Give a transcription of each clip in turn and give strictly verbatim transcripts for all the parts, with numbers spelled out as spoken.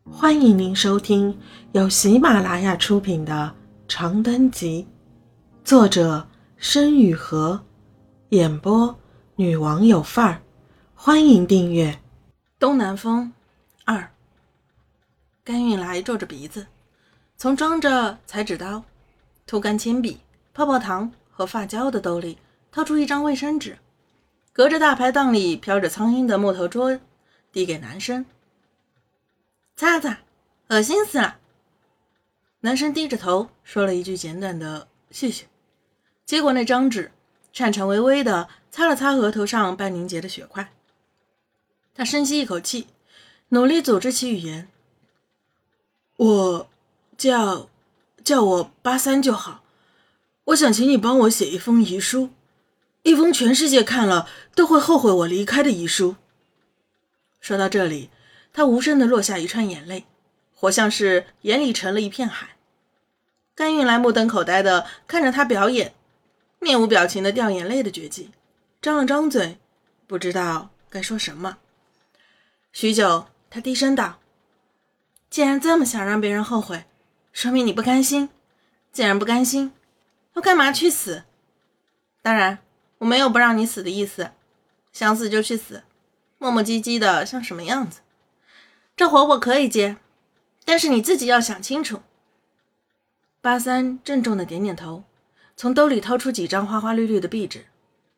欢迎您收听由喜马拉雅出品的《长灯集》，作者申雨禾，演播女王有范儿。欢迎订阅。 东南风二。甘韵来皱着鼻子，从装着裁纸刀、涂干铅笔、泡泡糖和发胶的兜里掏出一张卫生纸，隔着大排档里飘着苍蝇的木头桌递给男生。擦擦，恶心死了。男生低着头说了一句简短的谢谢，接过那张纸，颤颤巍巍地擦了擦额头上半凝结的血块。他深吸一口气，努力组织起语言。我叫叫我八三就好，我想请你帮我写一封遗书，一封全世界看了都会后悔我离开的遗书。说到这里，他无声地落下一串眼泪，活像是眼里盛了一片海。甘韵来目瞪口呆地看着他表演，面无表情地掉眼泪的绝技，张了张嘴，不知道该说什么。许久，他低声道：既然这么想让别人后悔，说明你不甘心。既然不甘心，又干嘛去死？当然，我没有不让你死的意思，想死就去死，磨磨唧唧的像什么样子？这活我可以接，但是你自己要想清楚。八三郑重的点点头，从兜里掏出几张花花绿绿的壁纸。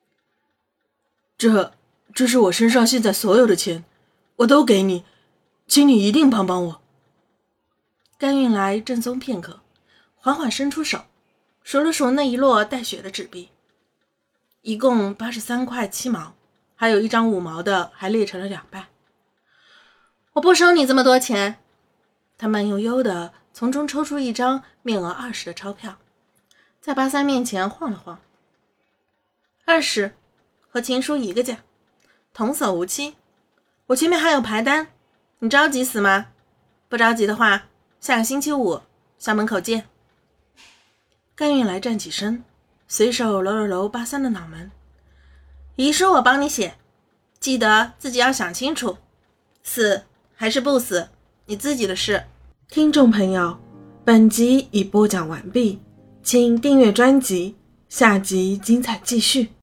这这是我身上现在所有的钱，我都给你，请你一定帮帮我。甘韵来正松片刻，缓缓伸出手，数了数那一摞带血的纸币，一共八十三块七毛，还有一张五毛的还裂成了两半。我不收你这么多钱。他慢悠悠地从中抽出一张面额二十的钞票，在八三面前晃了晃。二十，和情书一个价，童叟无欺。我前面还有排单，你着急死吗？不着急的话，下个星期五校门口见。甘韵来站起身，随手揉了揉八三的脑门。遗书我帮你写，记得自己要想清楚，死还是不死，你自己的事。 听众朋友，本集已播讲完毕，请订阅专辑，下集精彩继续。